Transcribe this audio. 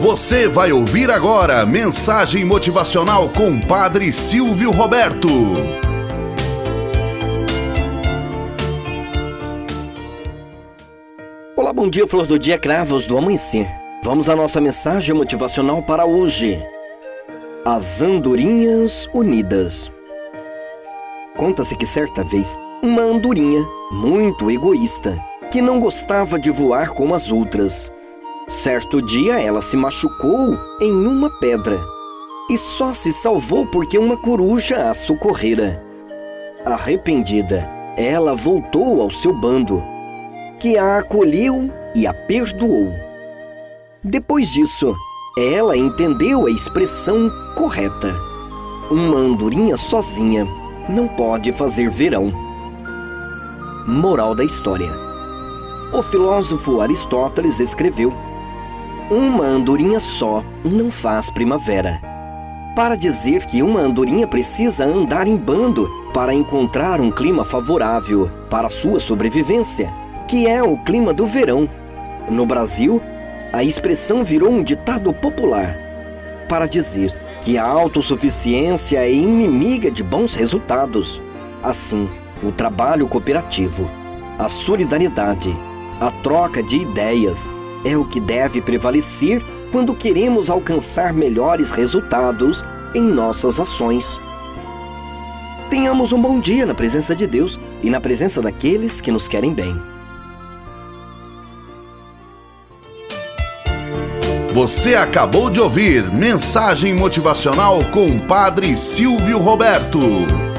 Você vai ouvir agora mensagem motivacional com Padre Silvio Roberto. Olá, bom dia, flor do dia, cravos do amanhecer. Vamos à nossa mensagem motivacional para hoje. As andorinhas unidas. Conta-se que certa vez, uma andorinha, muito egoísta, que não gostava de voar como as outras. Certo dia ela se machucou em uma pedra e só se salvou porque uma coruja a socorrera. Arrependida, ela voltou ao seu bando, que a acolheu e a perdoou. Depois disso, ela entendeu a expressão correta. Uma andorinha sozinha não pode fazer verão. Moral da história. O filósofo Aristóteles escreveu: uma andorinha só não faz primavera, para dizer que uma andorinha precisa andar em bando para encontrar um clima favorável para sua sobrevivência, que é o clima do verão. No Brasil, a expressão virou um ditado popular para dizer que a autossuficiência é inimiga de bons resultados. Assim, o trabalho cooperativo, a solidariedade, a troca de ideias é o que deve prevalecer quando queremos alcançar melhores resultados em nossas ações. Tenhamos um bom dia na presença de Deus e na presença daqueles que nos querem bem. Você acabou de ouvir Mensagem Motivacional com Padre Silvio Roberto.